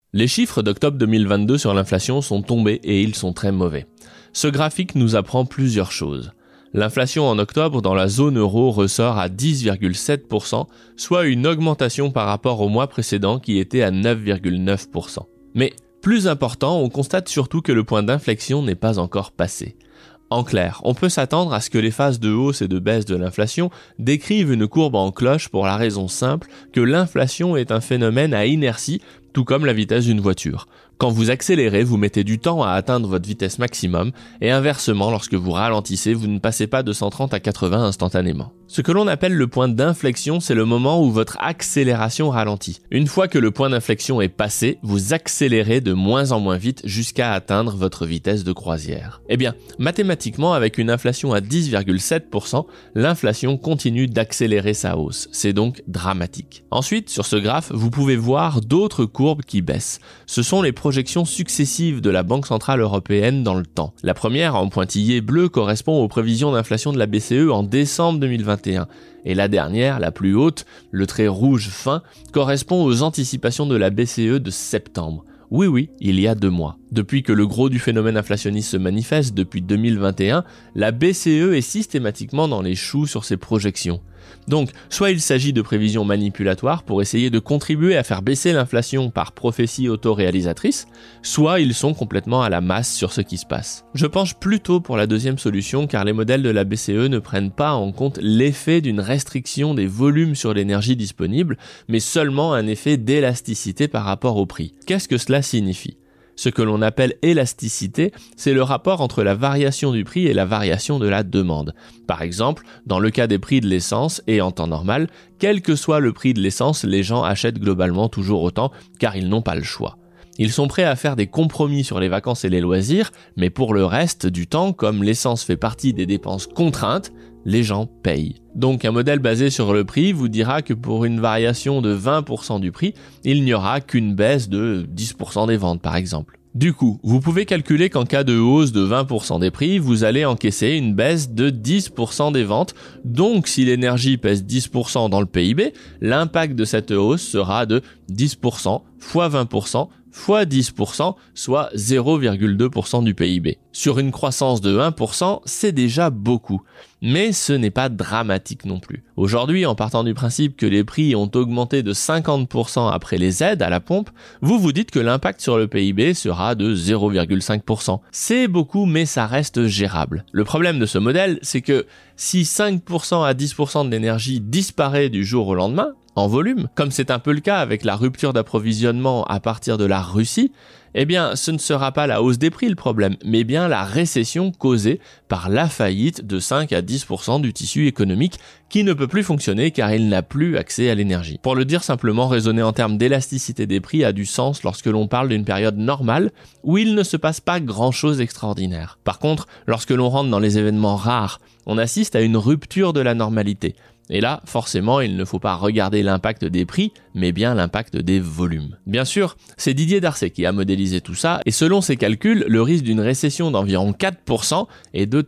Les chiffres d'octobre 2022 sur l'inflation sont tombés et ils sont très mauvais. Ce graphique nous apprend plusieurs choses. L'inflation en octobre dans la zone euro ressort à 10,7%, soit une augmentation par rapport au mois précédent qui était à 9,9%. Mais plus important, on constate surtout que le point d'inflexion n'est pas encore passé. En clair, on peut s'attendre à ce que les phases de hausse et de baisse de l'inflation décrivent une courbe en cloche pour la raison simple que l'inflation est un phénomène à inertie, tout comme la vitesse d'une voiture. Quand vous accélérez, vous mettez du temps à atteindre votre vitesse maximum, et inversement, lorsque vous ralentissez, vous ne passez pas de 130 à 80 instantanément. Ce que l'on appelle le point d'inflexion, c'est le moment où votre accélération ralentit. Une fois que le point d'inflexion est passé, vous accélérez de moins en moins vite jusqu'à atteindre votre vitesse de croisière. Eh bien, mathématiquement, avec une inflation à 10,7%, l'inflation continue d'accélérer sa hausse. C'est donc dramatique. Ensuite, sur ce graphe, vous pouvez voir d'autres courbes qui baissent. Ce sont les projections successives de la Banque Centrale Européenne dans le temps. La première, en pointillé bleu, correspond aux prévisions d'inflation de la BCE en décembre 2021. Et la dernière, la plus haute, le trait rouge fin, correspond aux anticipations de la BCE de septembre. Oui, il y a 2 mois. Depuis que le gros du phénomène inflationniste se manifeste depuis 2021, la BCE est systématiquement dans les choux sur ses projections. Donc, soit il s'agit de prévisions manipulatoires pour essayer de contribuer à faire baisser l'inflation par prophétie autoréalisatrice, soit ils sont complètement à la masse sur ce qui se passe. Je penche plutôt pour la deuxième solution car les modèles de la BCE ne prennent pas en compte l'effet d'une restriction des volumes sur l'énergie disponible, mais seulement un effet d'élasticité par rapport au prix. Qu'est-ce que cela signifie ? Ce que l'on appelle élasticité, c'est le rapport entre la variation du prix et la variation de la demande. Par exemple, dans le cas des prix de l'essence et en temps normal, quel que soit le prix de l'essence, les gens achètent globalement toujours autant car ils n'ont pas le choix. Ils sont prêts à faire des compromis sur les vacances et les loisirs, mais pour le reste du temps, comme l'essence fait partie des dépenses contraintes, les gens payent. Donc un modèle basé sur le prix vous dira que pour une variation de 20% du prix, il n'y aura qu'une baisse de 10% des ventes par exemple. Du coup, vous pouvez calculer qu'en cas de hausse de 20% des prix, vous allez encaisser une baisse de 10% des ventes. Donc si l'énergie pèse 10% dans le PIB, l'impact de cette hausse sera de 10% fois 20% fois 10%, soit 0,2% du PIB. Sur une croissance de 1%, c'est déjà beaucoup. Mais ce n'est pas dramatique non plus. Aujourd'hui, en partant du principe que les prix ont augmenté de 50% après les aides à la pompe, vous vous dites que l'impact sur le PIB sera de 0,5%. C'est beaucoup, mais ça reste gérable. Le problème de ce modèle, c'est que si 5% à 10% de l'énergie disparaît du jour au lendemain, en volume, comme c'est un peu le cas avec la rupture d'approvisionnement à partir de la Russie, eh bien ce ne sera pas la hausse des prix le problème, mais bien la récession causée par la faillite de 5 à 10% du tissu économique qui ne peut plus fonctionner car il n'a plus accès à l'énergie. Pour le dire simplement, raisonner en termes d'élasticité des prix a du sens lorsque l'on parle d'une période normale où il ne se passe pas grand-chose d'extraordinaire. Par contre, lorsque l'on rentre dans les événements rares, on assiste à une rupture de la normalité. Et là, forcément, il ne faut pas regarder l'impact des prix, mais bien l'impact des volumes. Bien sûr, c'est Didier Darcet qui a modélisé tout ça, et selon ses calculs, le risque d'une récession d'environ 4% est de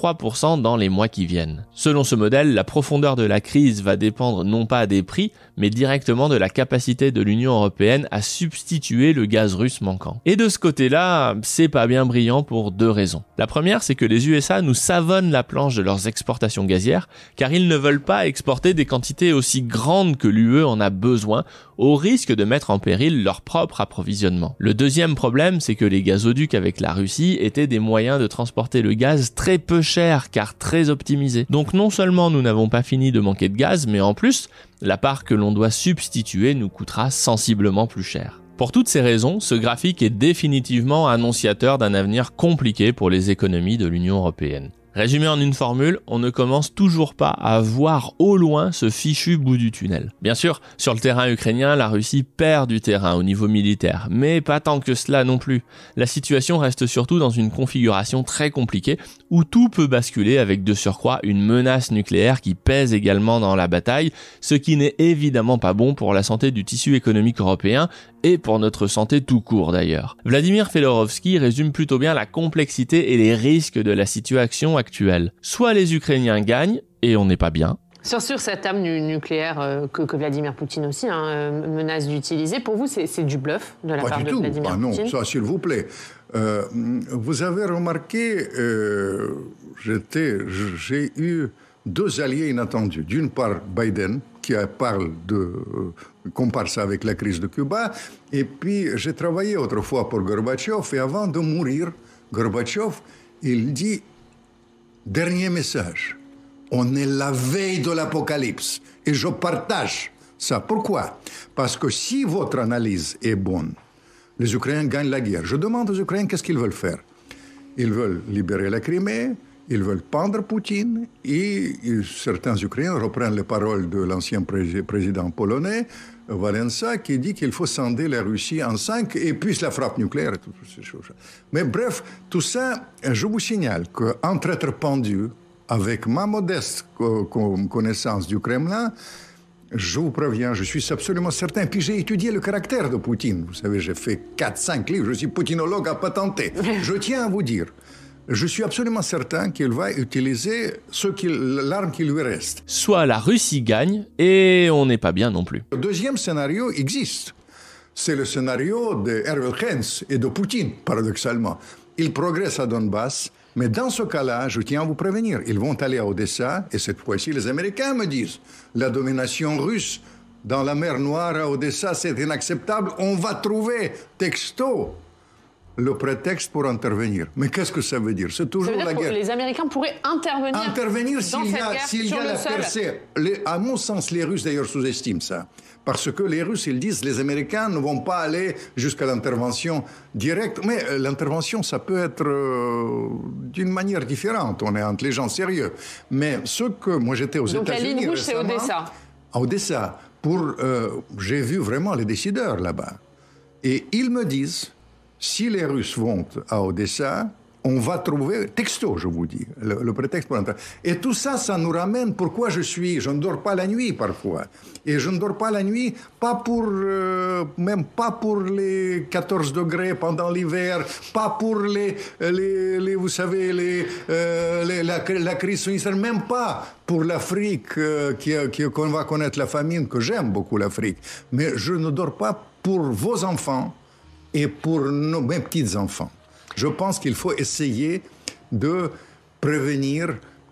33% dans les mois qui viennent. Selon ce modèle, la profondeur de la crise va dépendre non pas des prix, mais directement de la capacité de l'Union européenne à substituer le gaz russe manquant. Et de ce côté-là, c'est pas bien brillant pour 2 raisons. La première, c'est que les USA nous savonnent la planche de leurs exportations gazières, car ils ne veulent pas exporter des quantités aussi grandes que l'UE en a besoin, au risque de mettre en péril leur propre approvisionnement. Le deuxième problème, c'est que les gazoducs avec la Russie étaient des moyens de transporter le gaz très peu cher, car très optimisés. Donc non seulement nous n'avons pas fini de manquer de gaz, mais en plus, la part que l'on doit substituer nous coûtera sensiblement plus cher. Pour toutes ces raisons, ce graphique est définitivement annonciateur d'un avenir compliqué pour les économies de l'Union européenne. Résumé en une formule, on ne commence toujours pas à voir au loin ce fichu bout du tunnel. Bien sûr, sur le terrain ukrainien, la Russie perd du terrain au niveau militaire, mais pas tant que cela non plus. La situation reste surtout dans une configuration très compliquée où tout peut basculer avec de surcroît une menace nucléaire qui pèse également dans la bataille, ce qui n'est évidemment pas bon pour la santé du tissu économique européen et pour notre santé tout court d'ailleurs. Vladimir Fedorovski résume plutôt bien la complexité et les risques de la situation actuelle. Soit les Ukrainiens gagnent, et on n'est pas bien, Sur cette arme nucléaire que Vladimir Poutine aussi menace d'utiliser, pour vous, c'est du bluff de la part de Vladimir Poutine? Non, ça, s'il vous plaît. Vous avez remarqué, j'ai eu 2 alliés inattendus. D'une part, Biden, qui compare ça avec la crise de Cuba. Et puis, j'ai travaillé autrefois pour Gorbatchev. Et avant de mourir, Gorbatchev, il dit, dernier message, on est la veille de l'apocalypse. Et je partage ça. Pourquoi? Parce que si votre analyse est bonne, les Ukrainiens gagnent la guerre. Je demande aux Ukrainiens qu'est-ce qu'ils veulent faire. Ils veulent libérer la Crimée, ils veulent pendre Poutine, et certains Ukrainiens reprennent les paroles de l'ancien président polonais, Wałęsa, qui dit qu'il faut scinder la Russie en 5 et puis la frappe nucléaire et toutes ces choses. Mais bref, tout ça, je vous signale qu'entre être pendu, avec ma modeste connaissance du Kremlin, je vous préviens, je suis absolument certain. Puis j'ai étudié le caractère de Poutine. Vous savez, j'ai fait 4-5 livres, je suis poutinologue à patenté. Je tiens à vous dire, je suis absolument certain qu'il va utiliser l'arme qui lui reste. Soit la Russie gagne, et on n'est pas bien non plus. Le deuxième scénario existe. C'est le scénario de Hervé Hens et de Poutine, paradoxalement. Ils progressent à Donbass, mais dans ce cas-là, je tiens à vous prévenir, ils vont aller à Odessa, et cette fois-ci, les Américains me disent, la domination russe dans la mer Noire à Odessa, c'est inacceptable, on va trouver, texto, le prétexte pour intervenir. Mais qu'est-ce que ça veut dire? C'est toujours la guerre. Les Américains pourraient intervenir s'il y a la percée. À mon sens, les Russes d'ailleurs sous-estiment ça. Parce que les Russes, ils disent, les Américains ne vont pas aller jusqu'à l'intervention directe. Mais l'intervention, ça peut être d'une manière différente. On est entre les gens sérieux. Mais ce que moi, j'étais aux États-Unis. Donc la ligne rouge, c'est Odessa. À Odessa. J'ai vu vraiment les décideurs là-bas. Et ils me disent, si les Russes vont à Odessa, on va trouver, texto, je vous dis, le prétexte pour entrer. Et tout ça, ça nous ramène pourquoi je ne dors pas la nuit parfois. Et je ne dors pas la nuit, même pas pour les 14 degrés pendant l'hiver, pas pour vous savez, la crise sanitaire, même pas pour l'Afrique, qu'on va connaître la famine, que j'aime beaucoup l'Afrique. Mais je ne dors pas pour vos enfants et pour mes petits-enfants. Je pense qu'il faut essayer de prévenir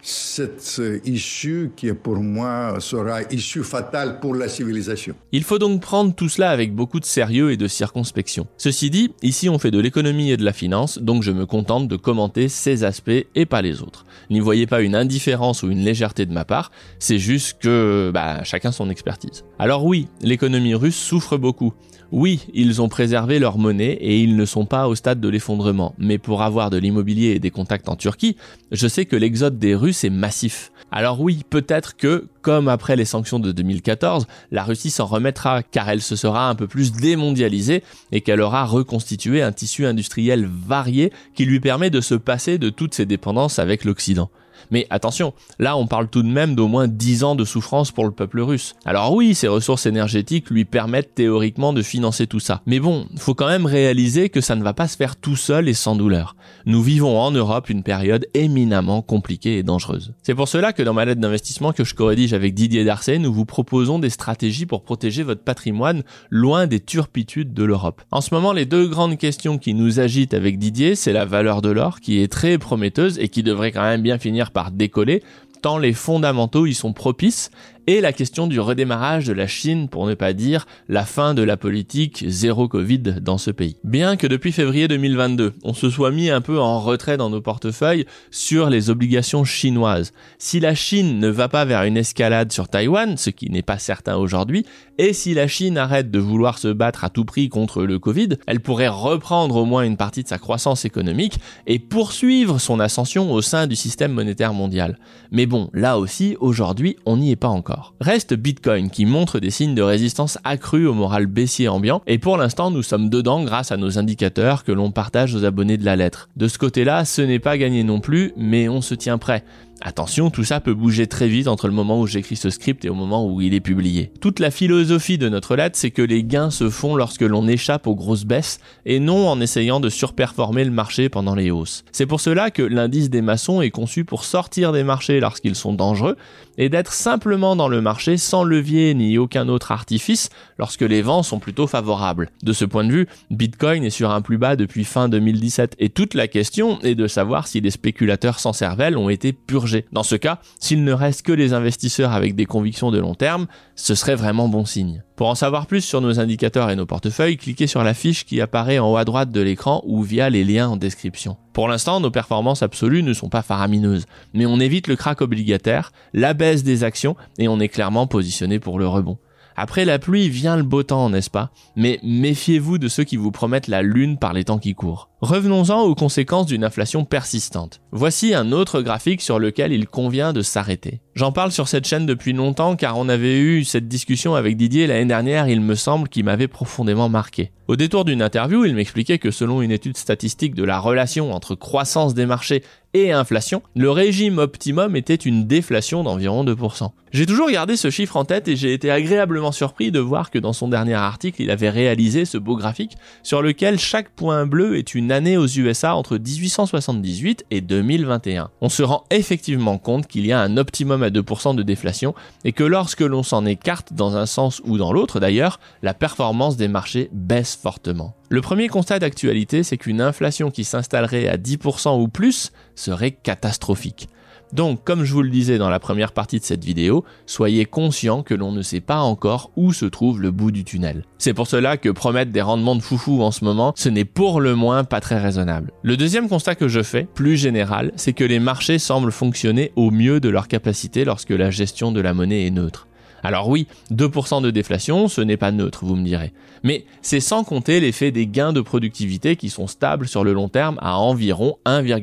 cette issue qui, pour moi, sera issue fatale pour la civilisation. Il faut donc prendre tout cela avec beaucoup de sérieux et de circonspection. Ceci dit, ici on fait de l'économie et de la finance, donc je me contente de commenter ces aspects et pas les autres. N'y voyez pas une indifférence ou une légèreté de ma part, c'est juste que chacun son expertise. Alors oui, l'économie russe souffre beaucoup. Oui, ils ont préservé leur monnaie et ils ne sont pas au stade de l'effondrement. Mais pour avoir de l'immobilier et des contacts en Turquie, je sais que l'exode des Russes est massif. Alors oui, peut-être que, comme après les sanctions de 2014, la Russie s'en remettra car elle se sera un peu plus démondialisée et qu'elle aura reconstitué un tissu industriel varié qui lui permet de se passer de toutes ses dépendances avec l'Occident. Mais attention, là on parle tout de même d'au moins 10 ans de souffrance pour le peuple russe. Alors oui, ses ressources énergétiques lui permettent théoriquement de financer tout ça. Mais bon, faut quand même réaliser que ça ne va pas se faire tout seul et sans douleur. Nous vivons en Europe une période éminemment compliquée et dangereuse. C'est pour cela que dans ma lettre d'investissement que je co-rédige avec Didier Darcet, nous vous proposons des stratégies pour protéger votre patrimoine loin des turpitudes de l'Europe. En ce moment, les 2 grandes questions qui nous agitent avec Didier, c'est la valeur de l'or qui est très prometteuse et qui devrait quand même bien finir par décoller, tant les fondamentaux y sont propices, et la question du redémarrage de la Chine, pour ne pas dire la fin de la politique zéro Covid dans ce pays. Bien que depuis février 2022, on se soit mis un peu en retrait dans nos portefeuilles sur les obligations chinoises. Si la Chine ne va pas vers une escalade sur Taïwan, ce qui n'est pas certain aujourd'hui, et si la Chine arrête de vouloir se battre à tout prix contre le Covid, elle pourrait reprendre au moins une partie de sa croissance économique et poursuivre son ascension au sein du système monétaire mondial. Mais bon, là aussi, aujourd'hui, on n'y est pas encore. Reste Bitcoin qui montre des signes de résistance accrue au moral baissier ambiant et pour l'instant nous sommes dedans grâce à nos indicateurs que l'on partage aux abonnés de la lettre. De ce côté-là, ce n'est pas gagné non plus, mais on se tient prêt. Attention, tout ça peut bouger très vite entre le moment où j'écris ce script et au moment où il est publié. Toute la philosophie de notre lettre, c'est que les gains se font lorsque l'on échappe aux grosses baisses et non en essayant de surperformer le marché pendant les hausses. C'est pour cela que l'indice des maçons est conçu pour sortir des marchés lorsqu'ils sont dangereux et d'être simplement dans le marché sans levier ni aucun autre artifice lorsque les vents sont plutôt favorables. De ce point de vue, Bitcoin est sur un plus bas depuis fin 2017 et toute la question est de savoir si les spéculateurs sans cervelle ont été purgés. Dans ce cas, s'il ne reste que les investisseurs avec des convictions de long terme, ce serait vraiment bon signe. Pour en savoir plus sur nos indicateurs et nos portefeuilles, cliquez sur la fiche qui apparaît en haut à droite de l'écran ou via les liens en description. Pour l'instant, nos performances absolues ne sont pas faramineuses, mais on évite le krach obligataire, la baisse des actions et on est clairement positionné pour le rebond. Après la pluie vient le beau temps, n'est-ce pas? Mais méfiez-vous de ceux qui vous promettent la lune par les temps qui courent. Revenons-en aux conséquences d'une inflation persistante. Voici un autre graphique sur lequel il convient de s'arrêter. J'en parle sur cette chaîne depuis longtemps car on avait eu cette discussion avec Didier l'année dernière, il me semble, qui m'avait profondément marqué. Au détour d'une interview, il m'expliquait que selon une étude statistique de la relation entre croissance des marchés et inflation, le régime optimum était une déflation d'environ 2%. J'ai toujours gardé ce chiffre en tête et j'ai été agréablement surpris de voir que dans son dernier article, il avait réalisé ce beau graphique sur lequel chaque point bleu est une année aux USA entre 1878 et 2021. On se rend effectivement compte qu'il y a un optimum à 2% de déflation et que lorsque l'on s'en écarte dans un sens ou dans l'autre d'ailleurs, la performance des marchés baisse fortement. Le premier constat d'actualité, c'est qu'une inflation qui s'installerait à 10% ou plus serait catastrophique. Donc, comme je vous le disais dans la première partie de cette vidéo, soyez conscients que l'on ne sait pas encore où se trouve le bout du tunnel. C'est pour cela que promettre des rendements de foufou en ce moment, ce n'est pour le moins pas très raisonnable. Le deuxième constat que je fais, plus général, c'est que les marchés semblent fonctionner au mieux de leur capacité lorsque la gestion de la monnaie est neutre. Alors oui, 2% de déflation, ce n'est pas neutre, vous me direz. Mais c'est sans compter l'effet des gains de productivité qui sont stables sur le long terme à environ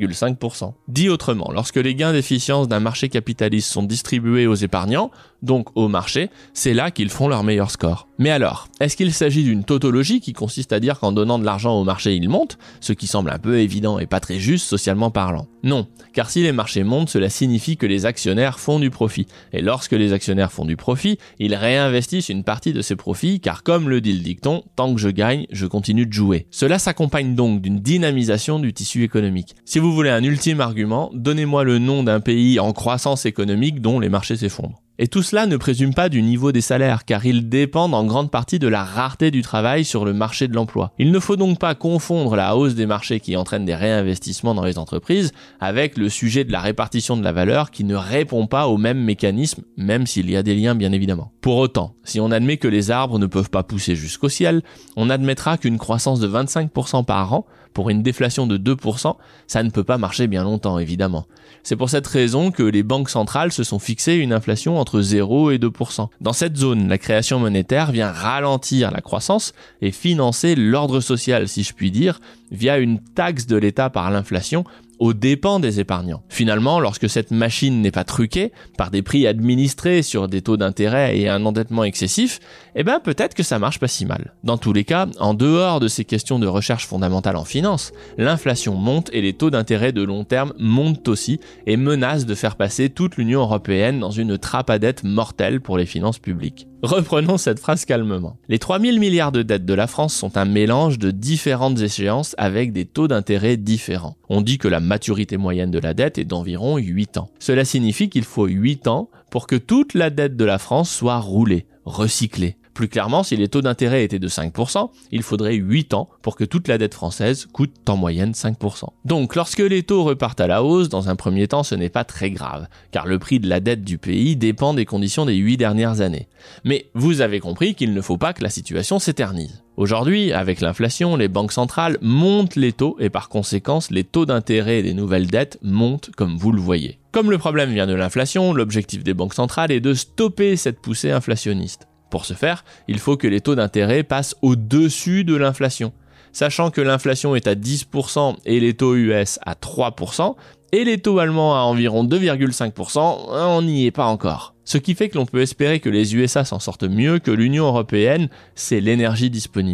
1,5%. Dit autrement, lorsque les gains d'efficience d'un marché capitaliste sont distribués aux épargnants, donc au marché, c'est là qu'ils font leur meilleur score. Mais alors, est-ce qu'il s'agit d'une tautologie qui consiste à dire qu'en donnant de l'argent au marché, il monte, ce qui semble un peu évident et pas très juste socialement parlant? Non, car si les marchés montent, cela signifie que les actionnaires font du profit. Et lorsque les actionnaires font du profit, ils réinvestissent une partie de ces profits, car comme le dit le dicton, tant que je gagne, je continue de jouer. Cela s'accompagne donc d'une dynamisation du tissu économique. Si vous voulez un ultime argument, donnez-moi le nom d'un pays en croissance économique dont les marchés s'effondrent. Et tout cela ne présume pas du niveau des salaires, car ils dépendent en grande partie de la rareté du travail sur le marché de l'emploi. Il ne faut donc pas confondre la hausse des marchés qui entraîne des réinvestissements dans les entreprises avec le sujet de la répartition de la valeur qui ne répond pas au même mécanisme, même s'il y a des liens bien évidemment. Pour autant, si on admet que les arbres ne peuvent pas pousser jusqu'au ciel, on admettra qu'une croissance de 25% par an, pour une déflation de 2%, ça ne peut pas marcher bien longtemps évidemment. C'est pour cette raison que les banques centrales se sont fixées une inflation entre 0 et 2%. Dans cette zone, la création monétaire vient ralentir la croissance et financer l'ordre social, si je puis dire, via une taxe de l'État par l'inflation aux dépens des épargnants. Finalement, lorsque cette machine n'est pas truquée par des prix administrés sur des taux d'intérêt et un endettement excessif, peut-être que ça marche pas si mal. Dans tous les cas, en dehors de ces questions de recherche fondamentale en finance, l'inflation monte et les taux d'intérêt de long terme montent aussi et menacent de faire passer toute l'Union européenne dans une trappe à dette mortelle pour les finances publiques. Reprenons cette phrase calmement. Les 3000 milliards de dettes de la France sont un mélange de différentes échéances avec des taux d'intérêt différents. On dit que la maturité moyenne de la dette est d'environ 8 ans. Cela signifie qu'il faut 8 ans pour que toute la dette de la France soit roulée, recyclée. Plus clairement, si les taux d'intérêt étaient de 5%, il faudrait 8 ans pour que toute la dette française coûte en moyenne 5%. Donc, lorsque les taux repartent à la hausse, dans un premier temps, ce n'est pas très grave, car le prix de la dette du pays dépend des conditions des 8 dernières années. Mais vous avez compris qu'il ne faut pas que la situation s'éternise. Aujourd'hui, avec l'inflation, les banques centrales montent les taux et par conséquent, les taux d'intérêt des nouvelles dettes montent comme vous le voyez. Comme le problème vient de l'inflation, l'objectif des banques centrales est de stopper cette poussée inflationniste. Pour ce faire, il faut que les taux d'intérêt passent au-dessus de l'inflation. Sachant que l'inflation est à 10% et les taux US à 3%, et les taux allemands à environ 2,5%, on n'y est pas encore. Ce qui fait que l'on peut espérer que les USA s'en sortent mieux que l'Union européenne, c'est l'énergie disponible.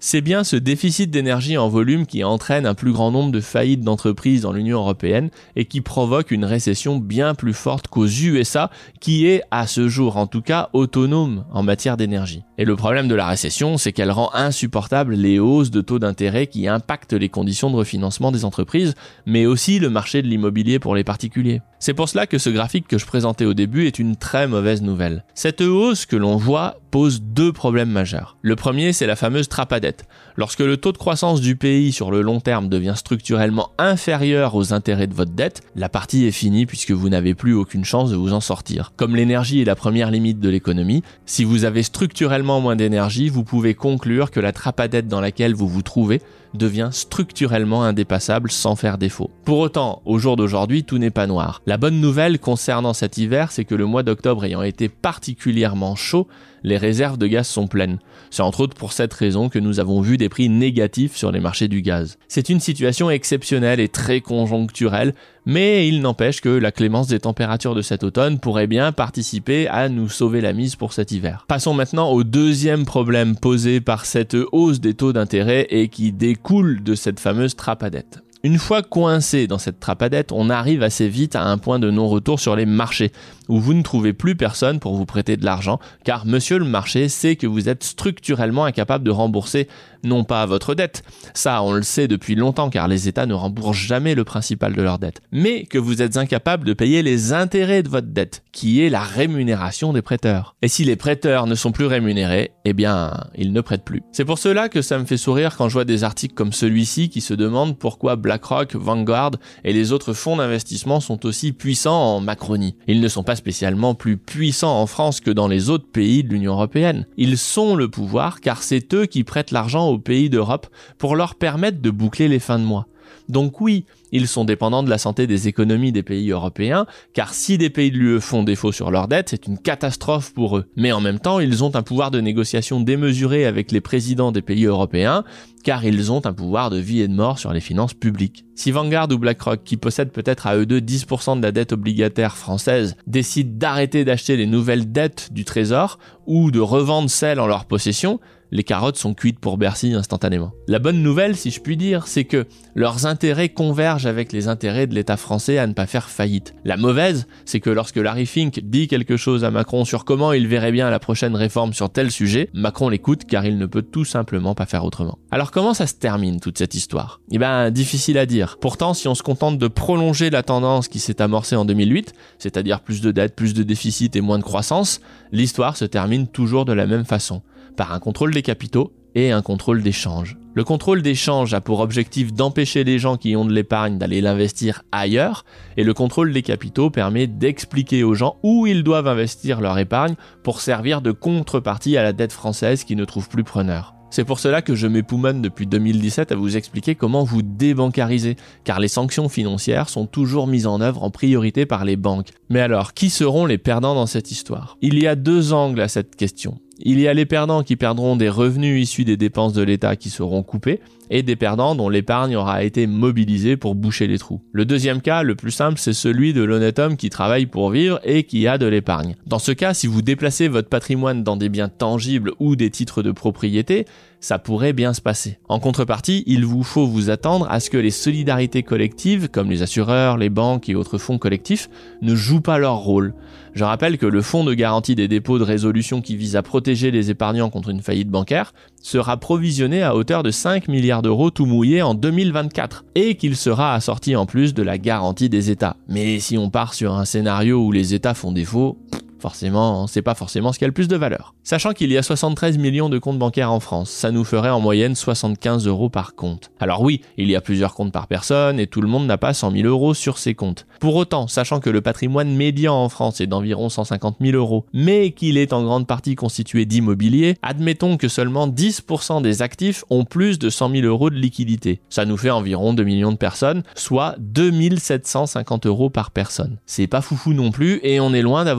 C'est bien ce déficit d'énergie en volume qui entraîne un plus grand nombre de faillites d'entreprises dans l'Union européenne et qui provoque une récession bien plus forte qu'aux USA, qui est, à ce jour en tout cas, autonome en matière d'énergie. Et le problème de la récession, c'est qu'elle rend insupportables les hausses de taux d'intérêt qui impactent les conditions de refinancement des entreprises, mais aussi le marché de l'immobilier pour les particuliers. C'est pour cela que ce graphique que je présentais au début est une très mauvaise nouvelle. Cette hausse que l'on voit pose deux problèmes majeurs. Le premier, c'est la fameuse trappe à dette. Lorsque le taux de croissance du pays sur le long terme devient structurellement inférieur aux intérêts de votre dette, la partie est finie puisque vous n'avez plus aucune chance de vous en sortir. Comme l'énergie est la première limite de l'économie, si vous avez structurellement moins d'énergie, vous pouvez conclure que la trappe à dette dans laquelle vous vous trouvez devient structurellement indépassable sans faire défaut. Pour autant, au jour d'aujourd'hui, tout n'est pas noir. La bonne nouvelle concernant cet hiver, c'est que le mois d'octobre ayant été particulièrement chaud, les réserves de gaz sont pleines. C'est entre autres pour cette raison que nous avons vu des prix négatifs sur les marchés du gaz. C'est une situation exceptionnelle et très conjoncturelle, mais il n'empêche que la clémence des températures de cet automne pourrait bien participer à nous sauver la mise pour cet hiver. Passons maintenant au deuxième problème posé par cette hausse des taux d'intérêt et qui découle de cette fameuse trappe à dette. Une fois coincé dans cette trappe à dette, on arrive assez vite à un point de non-retour sur les marchés, où vous ne trouvez plus personne pour vous prêter de l'argent, car monsieur le marché sait que vous êtes structurellement incapable de rembourser non pas votre dette, ça on le sait depuis longtemps car les États ne remboursent jamais le principal de leur dette, mais que vous êtes incapable de payer les intérêts de votre dette, qui est la rémunération des prêteurs. Et si les prêteurs ne sont plus rémunérés, eh bien, ils ne prêtent plus. C'est pour cela que ça me fait sourire quand je vois des articles comme celui-ci qui se demandent pourquoi BlackRock, Vanguard et les autres fonds d'investissement sont aussi puissants en Macronie. Ils ne sont pas spécialement plus puissants en France que dans les autres pays de l'Union européenne. Ils sont le pouvoir car c'est eux qui prêtent l'argent aux pays d'Europe pour leur permettre de boucler les fins de mois. Donc oui, ils sont dépendants de la santé des économies des pays européens, car si des pays de l'UE font défaut sur leurs dettes, c'est une catastrophe pour eux. Mais en même temps, ils ont un pouvoir de négociation démesuré avec les présidents des pays européens, car ils ont un pouvoir de vie et de mort sur les finances publiques. Si Vanguard ou BlackRock, qui possèdent peut-être à eux deux 10% de la dette obligataire française, décident d'arrêter d'acheter les nouvelles dettes du Trésor, ou de revendre celles en leur possession, les carottes sont cuites pour Bercy instantanément. La bonne nouvelle, si je puis dire, c'est que leurs intérêts convergent avec les intérêts de l'État français à ne pas faire faillite. La mauvaise, c'est que lorsque Larry Fink dit quelque chose à Macron sur comment il verrait bien la prochaine réforme sur tel sujet, Macron l'écoute car il ne peut tout simplement pas faire autrement. Alors comment ça se termine toute cette histoire ? Eh ben, difficile à dire. Pourtant, si on se contente de prolonger la tendance qui s'est amorcée en 2008, c'est-à-dire plus de dettes, plus de déficit et moins de croissance, l'histoire se termine toujours de la même façon, par un contrôle des capitaux et un contrôle des changes. Le contrôle des changes a pour objectif d'empêcher les gens qui ont de l'épargne d'aller l'investir ailleurs, et le contrôle des capitaux permet d'expliquer aux gens où ils doivent investir leur épargne pour servir de contrepartie à la dette française qui ne trouve plus preneur. C'est pour cela que je m'époumonne depuis 2017 à vous expliquer comment vous débancariser, car les sanctions financières sont toujours mises en œuvre en priorité par les banques. Mais alors, qui seront les perdants dans cette histoire ? Il y a deux angles à cette question. Il y a les perdants qui perdront des revenus issus des dépenses de l'État qui seront coupés, et des perdants dont l'épargne aura été mobilisée pour boucher les trous. Le deuxième cas, le plus simple, c'est celui de l'honnête homme qui travaille pour vivre et qui a de l'épargne. Dans ce cas, si vous déplacez votre patrimoine dans des biens tangibles ou des titres de propriété, ça pourrait bien se passer. En contrepartie, il vous faut vous attendre à ce que les solidarités collectives, comme les assureurs, les banques et autres fonds collectifs, ne jouent pas leur rôle. Je rappelle que le fonds de garantie des dépôts de résolution qui vise à protéger les épargnants contre une faillite bancaire sera provisionné à hauteur de 5 milliards d'euros tout mouillé en 2024 et qu'il sera assorti en plus de la garantie des États. Mais si on part sur un scénario où les États font défaut, forcément, c'est pas forcément ce qui a le plus de valeur. Sachant qu'il y a 73 millions de comptes bancaires en France, ça nous ferait en moyenne 75 € par compte. Alors oui, il y a plusieurs comptes par personne et tout le monde n'a pas 100 000 € sur ses comptes. Pour autant, sachant que le patrimoine médian en France est d'environ 150 000 €, mais qu'il est en grande partie constitué d'immobilier, admettons que seulement 10% des actifs ont plus de 100 000 € de liquidité. Ça nous fait environ 2 millions de personnes, soit 2 750 € par personne. C'est pas foufou non plus et on est loin d'avoir une réserve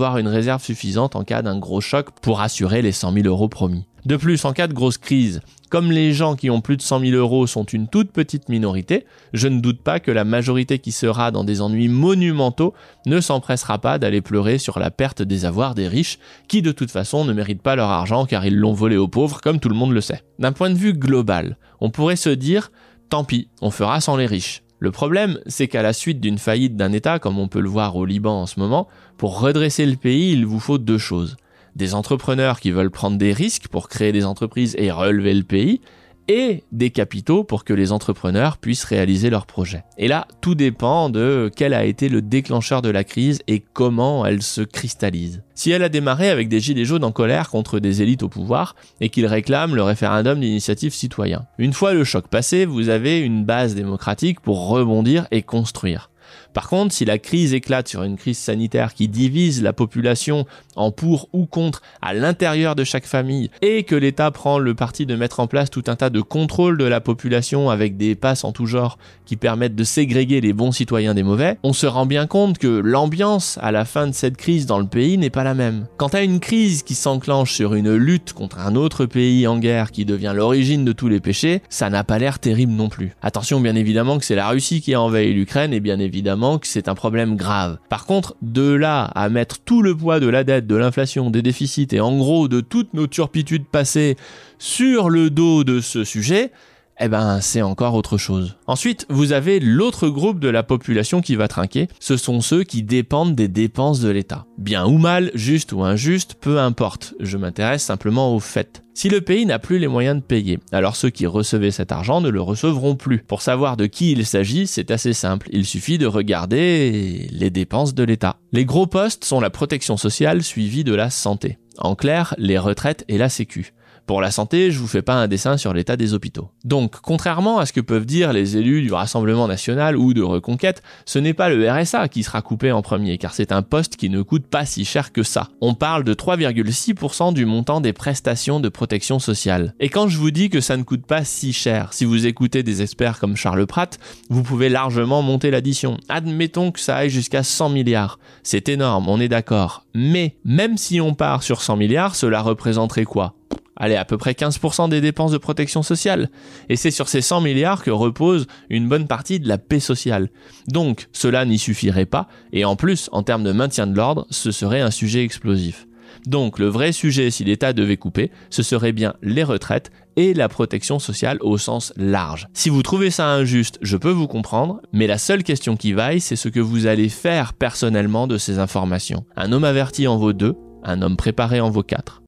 réserve suffisante en cas d'un gros choc pour assurer les 100 000 € promis. De plus, en cas de grosse crise, comme les gens qui ont plus de 100 000 € sont une toute petite minorité, je ne doute pas que la majorité qui sera dans des ennuis monumentaux ne s'empressera pas d'aller pleurer sur la perte des avoirs des riches, qui de toute façon ne méritent pas leur argent car ils l'ont volé aux pauvres, comme tout le monde le sait. D'un point de vue global, on pourrait se dire « tant pis, on fera sans les riches ». Le problème, c'est qu'à la suite d'une faillite d'un État, comme on peut le voir au Liban en ce moment, pour redresser le pays, il vous faut deux choses. Des entrepreneurs qui veulent prendre des risques pour créer des entreprises et relever le pays, et des capitaux pour que les entrepreneurs puissent réaliser leurs projets. Et là, tout dépend de quel a été le déclencheur de la crise et comment elle se cristallise. Si elle a démarré avec des gilets jaunes en colère contre des élites au pouvoir et qu'ils réclament le référendum d'initiative citoyen. Une fois le choc passé, vous avez une base démocratique pour rebondir et construire. Par contre, si la crise éclate sur une crise sanitaire qui divise la population en pour ou contre à l'intérieur de chaque famille et que l'État prend le parti de mettre en place tout un tas de contrôles de la population avec des passes en tout genre qui permettent de ségréguer les bons citoyens des mauvais, on se rend bien compte que l'ambiance à la fin de cette crise dans le pays n'est pas la même. Quant à une crise qui s'enclenche sur une lutte contre un autre pays en guerre qui devient l'origine de tous les péchés, ça n'a pas l'air terrible non plus. Attention bien évidemment que c'est la Russie qui a envahi l'Ukraine et bien évidemment que c'est un problème grave. Par contre, de là à mettre tout le poids de la dette, de l'inflation, des déficits et en gros de toutes nos turpitudes passées sur le dos de ce sujet, c'est encore autre chose. Ensuite, vous avez l'autre groupe de la population qui va trinquer, ce sont ceux qui dépendent des dépenses de l'État. Bien ou mal, juste ou injuste, peu importe, je m'intéresse simplement aux faits. Si le pays n'a plus les moyens de payer, alors ceux qui recevaient cet argent ne le recevront plus. Pour savoir de qui il s'agit, c'est assez simple, il suffit de regarder les dépenses de l'État. Les gros postes sont la protection sociale suivie de la santé. En clair, les retraites et la sécu. Pour la santé, je vous fais pas un dessin sur l'état des hôpitaux. Donc, contrairement à ce que peuvent dire les élus du Rassemblement National ou de Reconquête, ce n'est pas le RSA qui sera coupé en premier, car c'est un poste qui ne coûte pas si cher que ça. On parle de 3,6% du montant des prestations de protection sociale. Et quand je vous dis que ça ne coûte pas si cher, si vous écoutez des experts comme Charles Pratt, vous pouvez largement monter l'addition. Admettons que ça aille jusqu'à 100 milliards. C'est énorme, on est d'accord. Mais, même si on part sur 100 milliards, cela représenterait quoi ? Allez, à peu près 15% des dépenses de protection sociale. Et c'est sur ces 100 milliards que repose une bonne partie de la paix sociale. Donc, cela n'y suffirait pas, et en plus, en termes de maintien de l'ordre, ce serait un sujet explosif. Donc, le vrai sujet, si l'État devait couper, ce serait bien les retraites et la protection sociale au sens large. Si vous trouvez ça injuste, je peux vous comprendre, mais la seule question qui vaille, c'est ce que vous allez faire personnellement de ces informations. Un homme averti en vaut 2, un homme préparé en vaut 4.